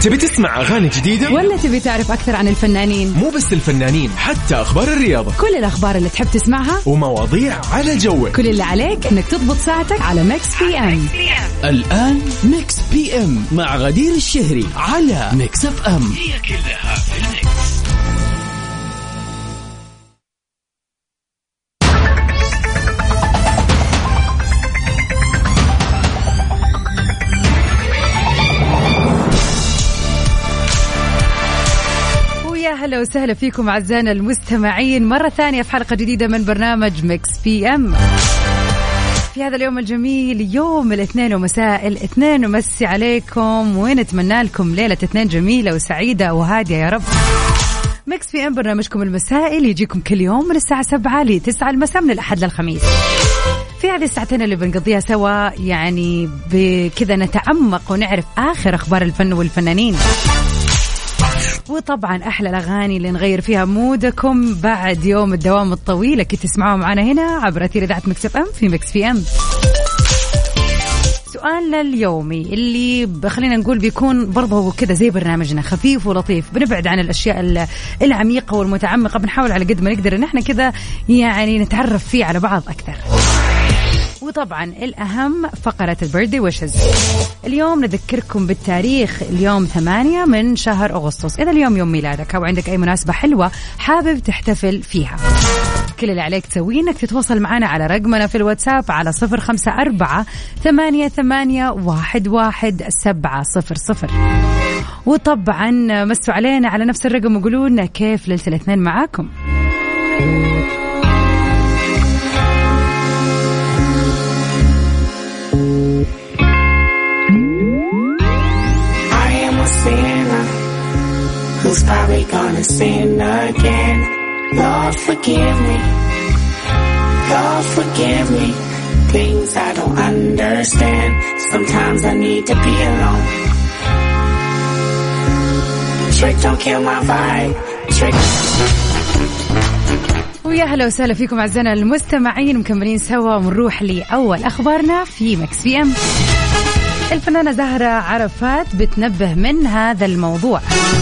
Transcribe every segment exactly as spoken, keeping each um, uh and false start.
تبي تسمع أغاني جديدة ولا تبي تعرف أكثر عن الفنانين؟ مو بس الفنانين، حتى أخبار الرياضة، كل الأخبار اللي تحب تسمعها ومواضيع على جوك. كل اللي عليك إنك تضبط ساعتك على ميكس بي ام. الآن ميكس بي ام مع غدير الشهري على ميكس اف ام. هي كلها في الميكس. أهلا وسهلا فيكم أعزائنا المستمعين مرة ثانية في حلقة جديدة من برنامج ميكس بي ام. في هذا اليوم الجميل يوم الاثنين ومساء الاثنين، ومسي عليكم ونتمنى لكم ليلة اثنين جميلة وسعيدة وهادية يا رب. ميكس بي ام برنامجكم المسائي اللي يجيكم كل يوم من الساعة سبعة لتسعة المساء من الأحد للخميس. في هذه الساعتين اللي بنقضيها سوا يعني بكذا نتعمق ونعرف آخر أخبار الفن والفنانين، وطبعا أحلى الأغاني اللي نغير فيها مودكم بعد يوم الدوام الطويل. كنت تسمعوا معنا هنا عبر أثير إذاعة ميكس اف ام في ميكس بي ام. سؤالنا اليومي اللي خلينا نقول بيكون برضه كذا زي برنامجنا، خفيف ولطيف، بنبعد عن الأشياء العميقة والمتعمقة، بنحاول على قد ما نقدر إن احنا كذا يعني نتعرف فيه على بعض أكثر. وطبعا الأهم فقرة البيرثدي ويشز. اليوم نذكركم بالتاريخ، اليوم ثمانية من شهر أغسطس. إذا اليوم يوم ميلادك أو عندك أي مناسبة حلوة حابب تحتفل فيها، كل اللي عليك تسويه إنك تتواصل معنا على رقمنا في الواتساب على صفر خمسة أربعة ثمانية ثمانية واحد واحد سبعة صفر صفر. وطبعا مسوا علينا على نفس الرقم وقولوا لنا كيف ليلة الاثنين معاكم. Who's probably gonna sin again? Lord, forgive me. Lord, forgive me. Things I don't understand. Sometimes I need to be alone. Trick, don't kill my vibe. Trick. ويا هلا وسهلا فيكم أعزائنا المستمعين، مكملين سوا ونروح لأول أخبارنا في ميكس بي ام. الفنانة زهرة عرفات بتنبه من هذا الموضوع.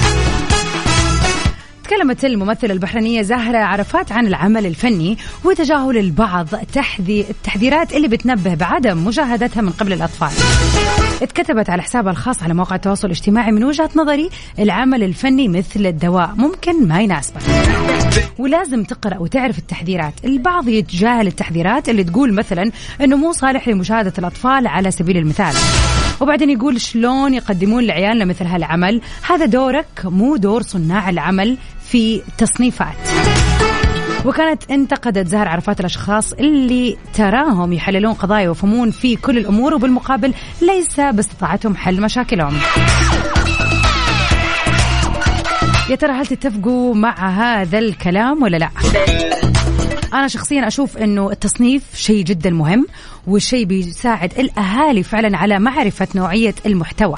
تكلمت الممثلة البحرينية زهرة عرفات عن العمل الفني وتجاهل البعض التحذيرات اللي بتنبه بعدم مشاهدتها من قبل الأطفال. اتكتبت على حسابها الخاص على مواقع التواصل الاجتماعي: من وجهة نظري العمل الفني مثل الدواء، ممكن ما يناسبك ولازم تقرأ وتعرف التحذيرات. البعض يتجاهل التحذيرات اللي تقول مثلا أنه مو صالح لمشاهدة الأطفال على سبيل المثال، وبعدين يقول شلون يقدمون لعيالنا مثل هالعمل، هذا دورك مو دور صناع العمل في تصنيفات. وكانت انتقدت زهرة عرفات الأشخاص اللي تراهم يحللون قضايا ويفهمون في كل الأمور وبالمقابل ليس باستطاعتهم حل مشاكلهم. يا ترى هل تتفقوا مع هذا الكلام ولا لا؟ أنا شخصيا أشوف أنه التصنيف شيء جدا مهم، والشيء بيساعد الأهالي فعلا على معرفة نوعية المحتوى،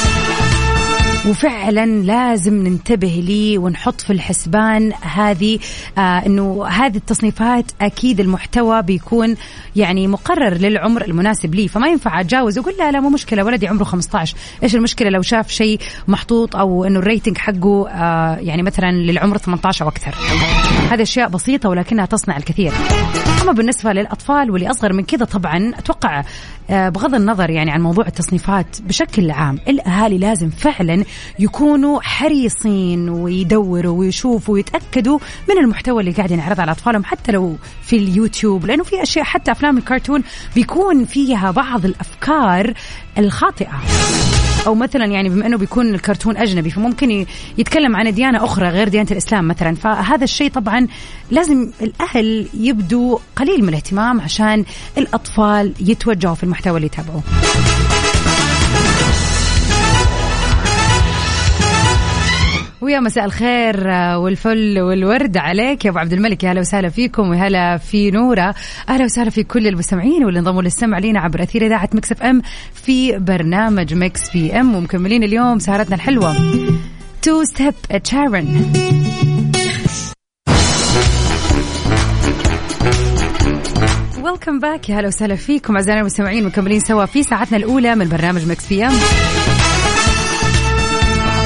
وفعلا لازم ننتبه لي ونحط في الحسبان هذه آه انه هذه التصنيفات اكيد المحتوى بيكون يعني مقرر للعمر المناسب لي، فما ينفع اتجاوز اقول لا لا مو مشكله ولدي عمره خمسة عشر، ايش المشكله لو شاف شيء محطوط او انه الريتنج حقه آه يعني مثلا للعمر ثمانية عشر واكثر. هذه اشياء بسيطه ولكنها تصنع الكثير. اما بالنسبه للاطفال واللي اصغر من كذا طبعا اتوقع آه بغض النظر يعني عن موضوع التصنيفات بشكل عام، الاهالي لازم فعلا يكونوا حريصين ويدوروا ويشوفوا ويتأكدوا من المحتوى اللي قاعدين يعرض على أطفالهم حتى لو في اليوتيوب، لأنه في أشياء حتى أفلام الكرتون بيكون فيها بعض الأفكار الخاطئة، أو مثلا يعني بما أنه بيكون الكرتون أجنبي فممكن يتكلم عن ديانة أخرى غير ديانة الإسلام مثلا، فهذا الشيء طبعا لازم الأهل يبدوا قليل من الاهتمام عشان الأطفال يتوجهوا في المحتوى اللي يتابعوه. ويا مساء الخير والفل والورد عليك يا أبو عبد الملك، يا هلا وسهلا فيكم وهلا في نورة، أهلا وسهلا في كل المستمعين واللي انضموا للسمع لينا عبر أثير إذاعة ميكس اف ام في برنامج ميكس بي ام، ومكملين اليوم سهرتنا الحلوة تو ستيب تشارن. ويلكم باك، يا هلا وسهلا فيكم أعزائنا المستمعين، مكملين سوا في ساعتنا الأولى من برنامج ميكس بي ام.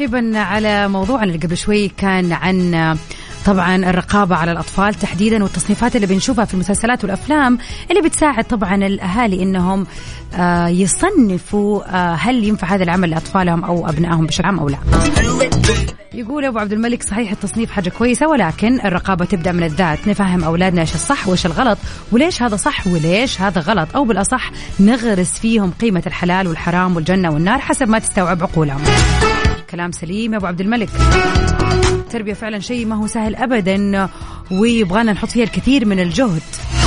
تعقيبا على موضوعنا اللي قبل شوي كان عن طبعا الرقابة على الأطفال تحديدا والتصنيفات اللي بنشوفها في المسلسلات والأفلام اللي بتساعد طبعا الأهالي إنهم آه يصنفوا آه هل ينفع هذا العمل لأطفالهم أو أبنائهم بشكل عام أو لا. يقول أبو عبد الملك صحيح التصنيف حاجة كويسة ولكن الرقابة تبدأ من الذات، نفهم أولادنا إيش الصح وإيش الغلط وليش هذا صح وليش هذا غلط، أو بالأصح نغرس فيهم قيمة الحلال والحرام والجنة والنار حسب ما تستوعب عقولهم. كلام سليم يا أبو عبد الملك. التربية فعلا شيء ما هو سهل أبدا ويبغانا نحط فيها الكثير من الجهد،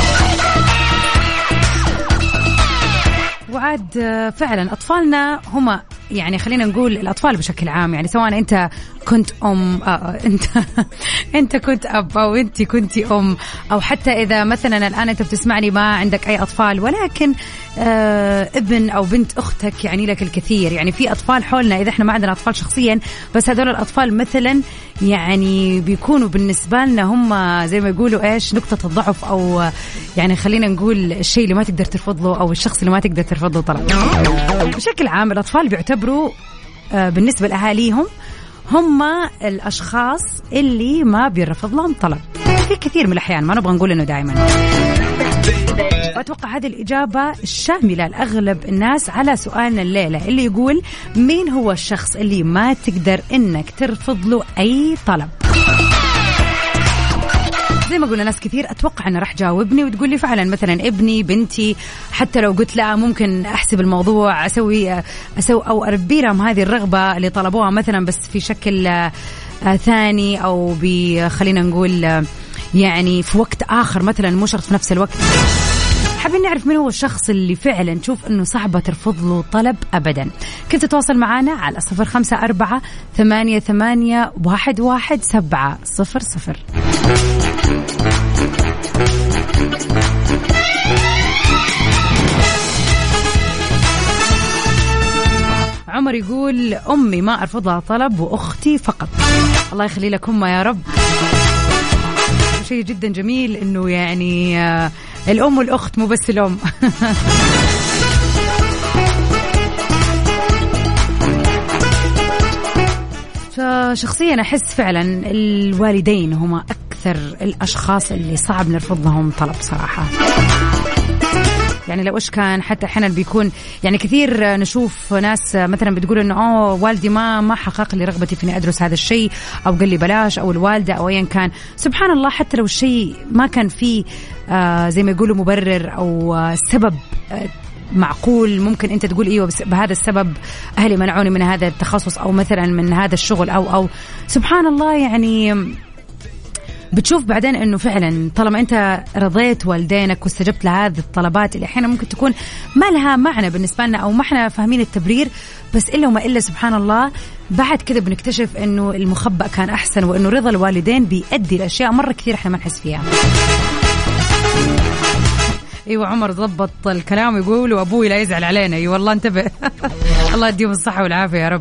وعاد فعلا أطفالنا هم يعني خلينا نقول الأطفال بشكل عام، يعني سواء أنت كنت أم آه أنت أنت كنت أب أو أنت كنتي أم، أو حتى إذا مثلا الآن أنت بتسمعني ما عندك أي أطفال ولكن آه ابن أو بنت أختك يعني لك الكثير. يعني في أطفال حولنا إذا إحنا ما عندنا أطفال شخصيا بس هذول الأطفال مثلا يعني بيكونوا بالنسبة لنا هم زي ما يقولوا إيش نقطة الضعف، أو يعني خلينا نقول الشيء اللي ما تقدر ترفض له أو الشخص اللي ما تقدر ترفض له طلب. بشكل عام الأطفال بيعتبروا آه بالنسبة لأهاليهم هم الأشخاص اللي ما بيرفض لهم طلب في كثير من الأحيان، ما نبغى نقول إنه دائما. وأتوقع هذه الإجابة الشاملة لأغلب الناس على سؤالنا الليلة اللي يقول مين هو الشخص اللي ما تقدر إنك ترفض له أي طلب. زي ما قلنا ناس كثير أتوقع أنه راح جاوبني وتقول لي فعلا مثلا ابني بنتي، حتى لو قلت لا ممكن أحسب الموضوع أسوي أسوي أو أربي لهم هذه الرغبة اللي طلبوها مثلا بس في شكل آه ثاني أو بخلينا نقول آه يعني في وقت آخر مثلا مو شرط في نفس الوقت. حابين نعرف من هو الشخص اللي فعلا تشوف أنه صعبة ترفض له طلب أبدا. كنت تتواصل معنا على صفر خمسة أربعة ثمانية ثمانية واحد واحد سبعة صفر صفر. عمر يقول أمي ما أرفضها طلب وأختي فقط. الله يخلي لكم يا رب. شيء جدا جميل إنه يعني الأم والأخت مو بس الأم. فشخصيا أحس فعلا الوالدين هما أكثر الأشخاص اللي صعب نرفض لهم طلب صراحة. يعني لو إيش كان حتى أحيانا بيكون يعني كثير نشوف ناس مثلا بتقول إنه أوه والدي ما ما حقق لي رغبتي فيني أدرس هذا الشيء أو قال لي بلاش، أو الوالدة أو أيا كان. سبحان الله حتى لو الشيء ما كان فيه آه زي ما يقولوا مبرر أو آه سبب آه معقول، ممكن أنت تقول إيوه بس بهذا السبب أهلي منعوني من هذا التخصص أو مثلا من هذا الشغل أو أو سبحان الله يعني بتشوف بعدين انه فعلا طالما انت رضيت والدينك واستجبت لهذه الطلبات اللي احيانا ممكن تكون ما لها معنى بالنسبه لنا او ما احنا فاهمين التبرير، بس الا وما الا سبحان الله بعد كذا بنكتشف انه المخبأ كان احسن، وانه رضا الوالدين بيؤدي لاشياء مره كثير احنا ما نحس فيها. ايوه عمر ضبط الكلام يقول وابوي لا يزعل علينا. اي والله انتبه. الله يديهم الصحه والعافيه يا رب.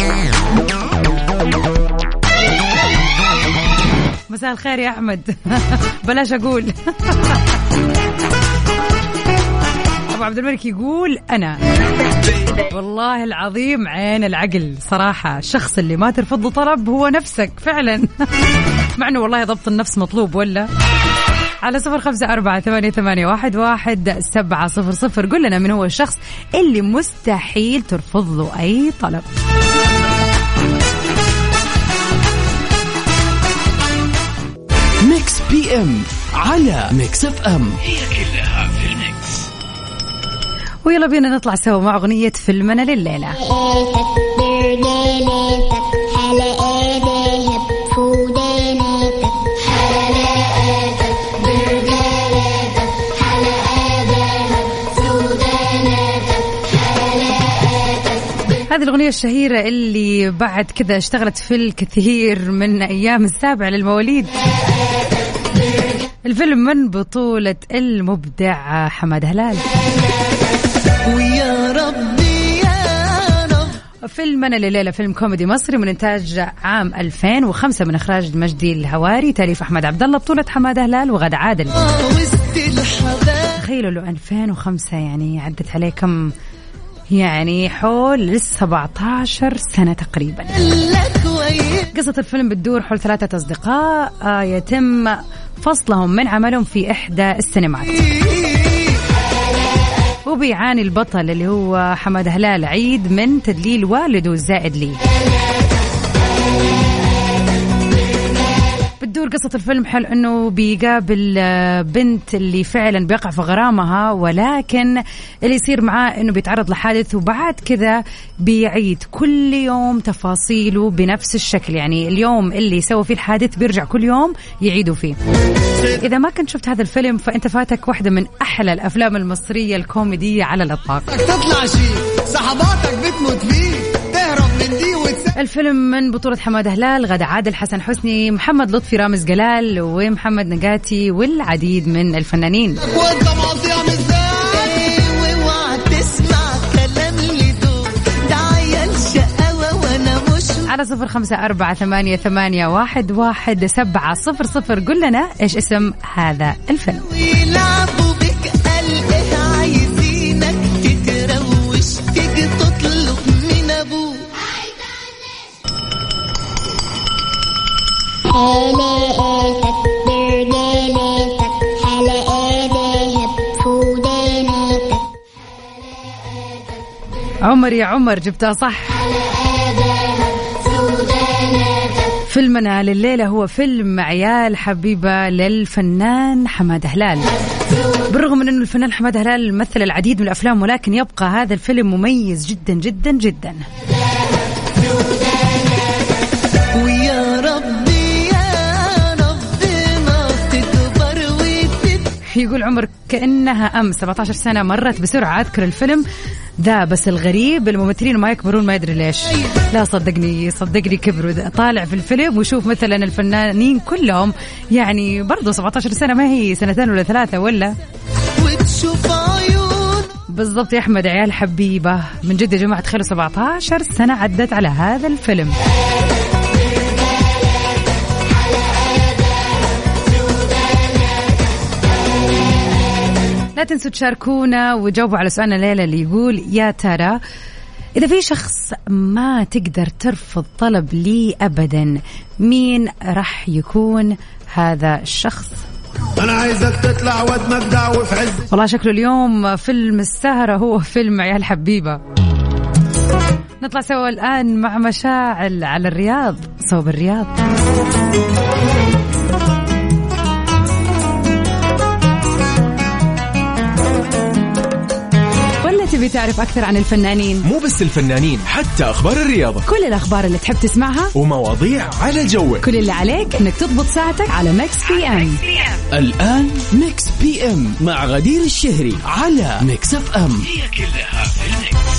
مساء الخير يا أحمد. بلاش أقول. أبو عبد الملك يقول أنا والله العظيم عين العقل صراحة، الشخص اللي ما ترفض له طلب هو نفسك فعلا. مع أنه والله ضبط النفس مطلوب ولا. على صفر خمسة أربعة ثمانية ثمانية واحد واحد سبعة صفر صفر قل لنا من هو الشخص اللي مستحيل ترفض له أي طلب. ميكس بي ام على ميكس اف ام، هي كلها في الميكس. ويلا بينا نطلع سوا مع أغنية فيلمنا لليلة. هذه الأغنية الشهيرة اللي بعد كذا اشتغلت في الكثير من أيام السابع للمواليد. الفيلم من بطولة المبدع حماد هلال. ويا ربي يا رب. فيلمنا لليلة فيلم كوميدي مصري من إنتاج عام ألفين وخمسة من إخراج مجدي الهواري، تأليف أحمد عبد الله، بطولة حماد هلال وغادة عادل. تخيلوا له ألفين وخمسة يعني عدت عليه كم يعني حول السبعة عشر سنة تقريبا. قصة الفيلم بتدور حول ثلاثة أصدقاء آه يتم فصلهم من عملهم في إحدى السينمات، وبيعاني البطل اللي هو حمادة هلال عيد من تدليل والده الزائد ليه. بتدور قصة الفيلم حل أنه بيقابل بنت اللي فعلا بيقع في غرامها، ولكن اللي يصير معاه أنه بيتعرض لحادث، وبعد كذا بيعيد كل يوم تفاصيله بنفس الشكل. يعني اليوم اللي سوى فيه الحادث بيرجع كل يوم يعيدوا فيه. إذا ما كنت شفت هذا الفيلم فأنت فاتك واحدة من أحلى الأفلام المصرية الكوميدية على الإطلاق. تطلع شيء صحباتك بتموت فيه، تهرب من دي وتس... الفيلم من بطولة حمادة هلال، غادة عادل، حسن حسني، محمد لطفي، رامز جلال، ومحمد نجاتي، والعديد من الفنانين. على صفر خمسة أربعة ثمانية ثمانية واحد واحد سبعة صفر صفر قل لنا إيش اسم هذا الفيلم. عمر يا عمر جبتها صح. فيلمنا لليلة هو فيلم عيال حبيبة للفنان حمادة هلال. بالرغم من أنه الفنان حمادة هلال مثل العديد من الأفلام، ولكن يبقى هذا الفيلم مميز جدا جدا جدا. ويا ربي يا ربي ما تكبر وتت. يقول عمر كأنها أمس، سبعة عشر سنة مرت بسرعة. أذكر الفيلم ذا، بس الغريب الممثلين ما يكبرون، ما يدري ليش. لا صدقني صدقني كبروا. طالع في الفيلم وشوف مثلا الفنانين كلهم يعني برضو سبعة عشر سنة، ما هي سنتين ولا ثلاثة ولا. بالضبط يا أحمد، عيال حبيبة من جد يا جماعة. تخيلوا سبعة عشر سنة عدت على هذا الفيلم. لا تنسوا تشاركونا وجاوبوا على سؤالنا الليلة اللي يقول يا ترى إذا في شخص ما تقدر ترفض طلب لي أبدا، مين رح يكون هذا الشخص؟ أنا عايزك تطلع وتمبدع وفي عز. والله شكله اليوم فيلم السهرة هو فيلم عيال حبيبة. نطلع سوا الآن مع مشاعل على الرياض، صوب الرياض. تبي تعرف أكثر عن الفنانين؟ مو بس الفنانين، حتى أخبار الرياضة، كل الأخبار اللي تحب تسمعها ومواضيع على جوك. كل اللي عليك إنك تضبط ساعتك على ميكس بي أم. الآن ميكس بي أم مع غدير الشهري على ميكس أف أم. هي كلها في الميكس.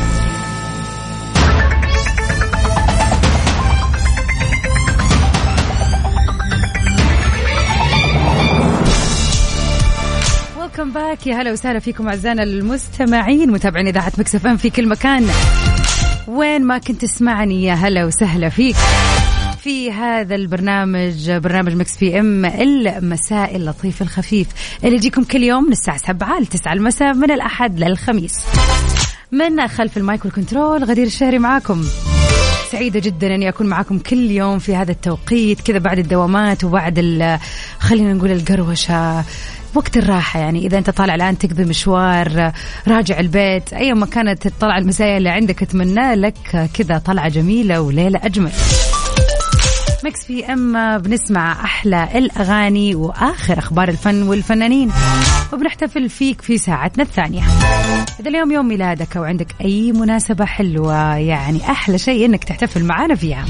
ويلكم باك، يا هلا وسهلا فيكم أعزائنا المستمعين متابعين إذاعة ميكس اف ام في كل مكان، وين ما كنت تسمعني يا هلا وسهلا فيك في هذا البرنامج، برنامج ميكس بي ام المساء اللطيف الخفيف اللي يجيكم كل يوم من الساعة سبعة لتسعة المساء من الأحد للخميس. من خلف المايك والكنترول غدير الشهري معاكم. سعيدة جدا أني أكون معاكم كل يوم في هذا التوقيت كذا بعد الدوامات وبعد خلينا نقول القروشة، وقت الراحة. يعني إذا أنت طالع الآن تقضي مشوار، راجع البيت، أي ما كانت الطلعة المسائية اللي عندك، أتمنى لك كذا طلعة جميلة وليلة أجمل. ميكس في أم بنسمع أحلى الأغاني وآخر أخبار الفن والفنانين، وبنحتفل فيك في ساعتنا الثانية. إذا اليوم يوم ميلادك أو عندك أي مناسبة حلوة، يعني أحلى شيء إنك تحتفل معنا فيها.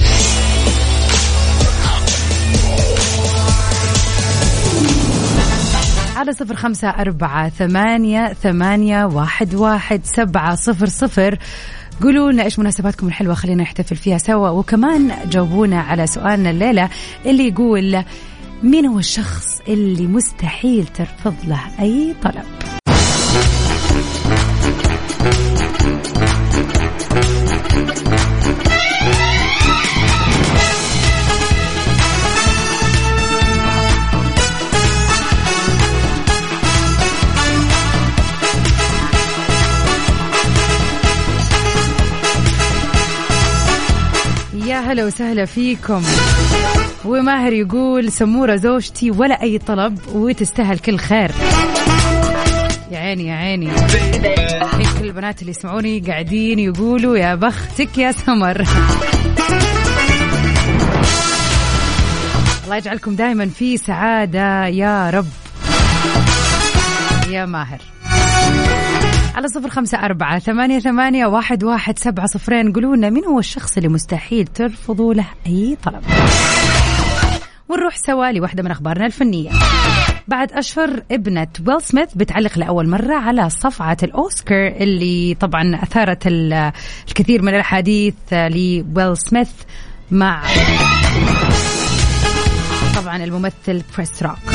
على صفر خمسة أربعة ثمانية ثمانية واحد واحد سبعة صفر صفر قولوا لنا إيش مناسباتكم الحلوة، خلينا نحتفل فيها سوا. وكمان جاوبونا على سؤالنا الليلة اللي يقول مين هو الشخص اللي مستحيل ترفض له أي طلب. هلا وسهلا فيكم. وماهر يقول سمورة زوجتي ولا أي طلب وتستاهل كل خير. يا عيني يا عيني، كل البنات اللي يسمعوني قاعدين يقولوا يا بختك يا سمر. الله يجعلكم دائما في سعادة يا رب يا ماهر. على صفر خمسة أربعة ثمانية ثمانية واحد واحد سبعة صفرين قولونا مين هو الشخص اللي مستحيل ترفضوا له أي طلب. ونروح سوا لواحدة من أخبارنا الفنية. بعد أشهر ابنة ويل سميث بتعلق لأول مرة على صفعة الأوسكار اللي طبعا أثارت الكثير من الحديث لويل سميث مع طبعا الممثل كريس روك.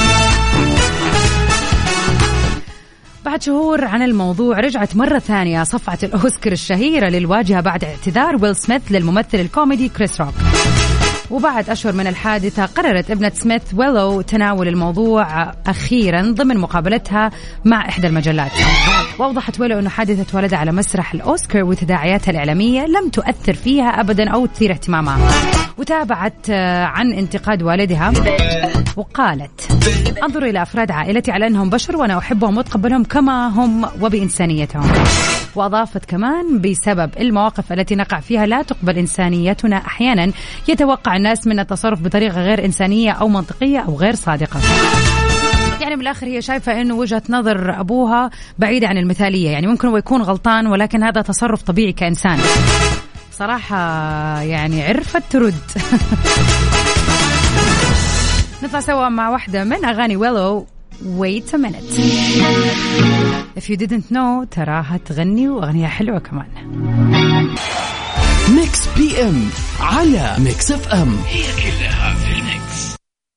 بعد شهور عن الموضوع رجعت مرة ثانية صفعة الأوسكار الشهيرة للواجهة بعد اعتذار ويل سميث للممثل الكوميدي كريس روك. وبعد أشهر من الحادثة قررت ابنة سميث ويلو تناول الموضوع أخيرا ضمن مقابلتها مع إحدى المجلات. وأوضحت ويلو أنه حادثة والدها على مسرح الأوسكار وتداعياتها الإعلامية لم تؤثر فيها أبدا أو تثير اهتمامها. وتابعت عن انتقاد والدها وقالت أنظر إلى أفراد عائلتي على أنهم بشر وأنا أحبهم وأتقبلهم كما هم وبإنسانيتهم. وأضافت كمان بسبب المواقف التي نقع فيها لا تقبل إنسانيتنا، أحيانا يتوقع الناس من التصرف بطريقة غير إنسانية أو منطقية أو غير صادقة. يعني من الآخر هي شايفة أنه وجهة نظر أبوها بعيدة عن المثالية، يعني ممكن هو يكون غلطان ولكن هذا تصرف طبيعي كإنسان. صراحة يعني عرفت ترد. نطلع سوا مع واحدة من أغاني ويلو Wait a minute. If you didn't know تراها تغني وأغنية حلوة كمان. ميكس بي ام على ميكس اف ام، هي كلها في الميكس.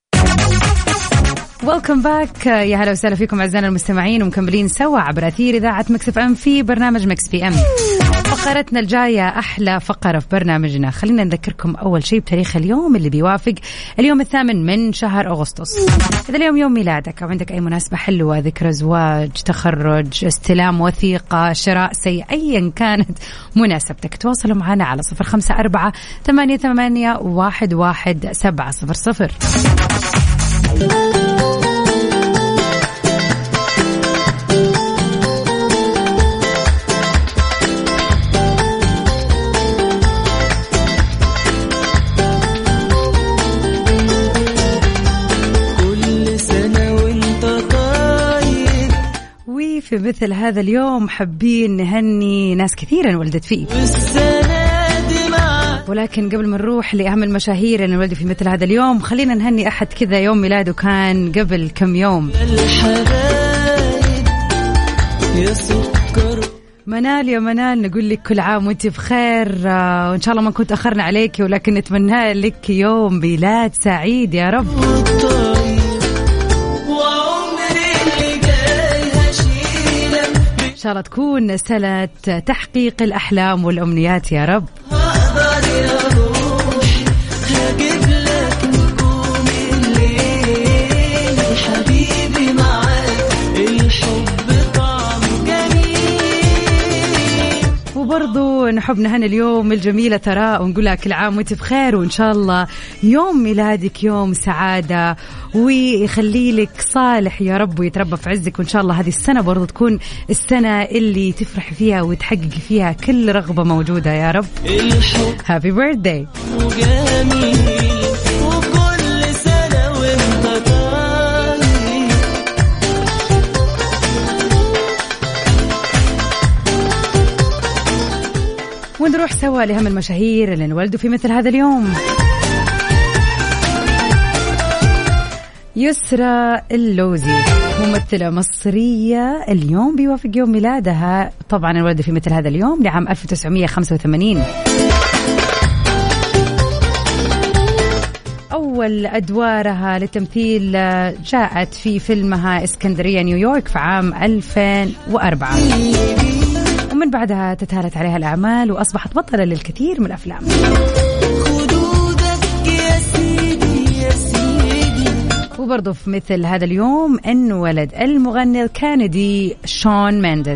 Welcome back. يا هلا وسهلا فيكم أعزائنا المستمعين ومكملين سوا عبر أثير إذاعة ميكس اف ام في برنامج ميكس بي ام. فقرتنا الجاية أحلى فقرة في برنامجنا. خلينا نذكركم أول شيء بتاريخ اليوم اللي بيوافق اليوم الثامن من شهر أغسطس. إذا اليوم يوم ميلادك أو عندك أي مناسبة حلوة، ذكرى زواج، تخرج، استلام وثيقة، شراء سيء، أيا كانت مناسبتك، تواصلوا معنا على صفر خمسة أربعة ثمانية ثمانية واحد واحد سبعة صفر صفر. في مثل هذا اليوم حابين نهني ناس كثيرا ولدت فيه، ولكن قبل ما نروح لأهم المشاهير اللي ولدوا في مثل هذا اليوم خلينا نهني أحد كذا يوم ميلاده كان قبل كم يوم. منال يا منال نقول لك كل عام وانت بخير، وإن شاء الله ما كنت أخرنا عليك، ولكن نتمنى لك يوم ميلاد سعيد يا رب. إن شاء الله تكون سنة تحقيق الأحلام والأمنيات يا رب. وبرضو نحب نهني اليوم الجميلة تراء ونقول لها كل عام وانت بخير، وإن شاء الله يوم ميلادك يوم سعادة ويخلي لك صالح يا رب ويتربى في عزك، وإن شاء الله هذه السنة برضو تكون السنة اللي تفرح فيها وتحقق فيها كل رغبة موجودة يا رب. هابي بيرثداي. ونروح سوا لهم المشاهير اللي انولدوا في مثل هذا اليوم. يسرى اللوزي ممثلة مصرية اليوم بيوافق يوم ميلادها، طبعا انولدت في مثل هذا اليوم لعام ألف وتسعمية وخمسة وثمانين. أول أدوارها للتمثيل جاءت في فيلمها اسكندرية نيويورك في عام ألفين وأربعة، ومن بعدها تتهالت عليها الأعمال وأصبحت بطلة للكثير من الأفلام. وبرضه في مثل هذا اليوم أن ولد المغني الكندي شون مينديز.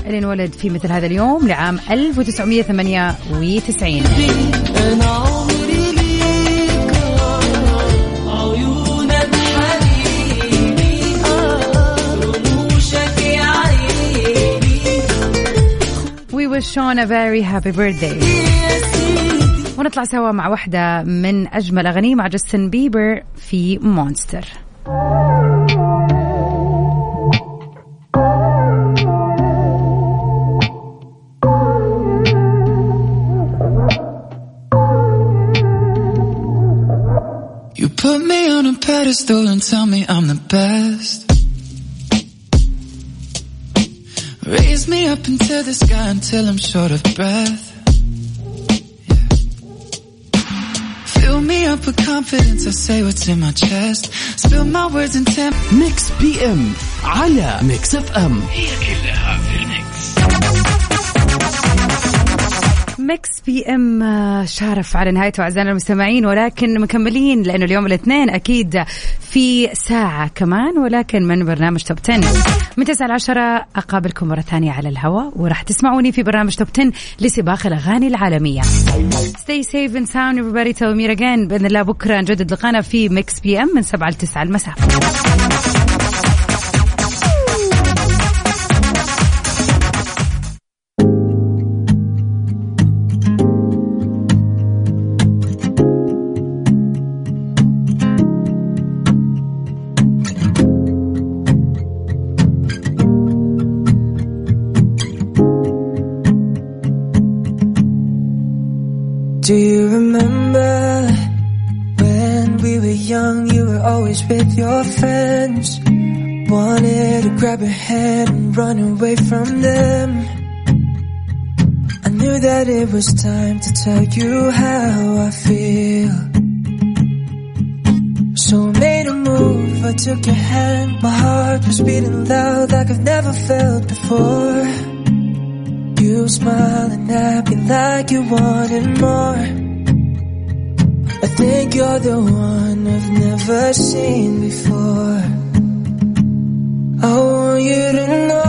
اللي انولد في مثل هذا اليوم لعام ألف وتسعمية وثمانية وتسعين. We wish Sean a very happy birthday. ونطلع سوا مع واحدة من أجمل أغاني مع جاستن بيبر في مونستر. You put me on a pedestal and tell me I'm the best. Raise me up into the sky until I'm short of breath. Yeah. Fill me up with confidence, I say what's in my chest. Spill my words in temp. ميكس بي ام على ميكس اف ام. هي كلها في الميكس. ميكس بي ام شارف على نهايته أعزائنا المستمعين، ولكن مكملين لأنه اليوم الاثنين أكيد في ساعة كمان، ولكن من برنامج توب عشرة من تسعة لعشرة أقابلكم مرة ثانية على الهواء، وراح تسمعوني في برنامج توب عشرة لسباق الأغاني العالمية. Stay safe and sound everybody till we meet again. بإذن الله بكرة نجدد لقانا في ميكس بي ام من سبعة لتسعة المساء. Do you remember when we were young, you were always with your friends, wanted to grab your hand and run away from them. I knew that it was time to tell you how I feel, so I made a move, I took your hand, my heart was beating loud like I've never felt before. You smiling at me like you wanted more. I think you're the one I've never seen before. I want you to know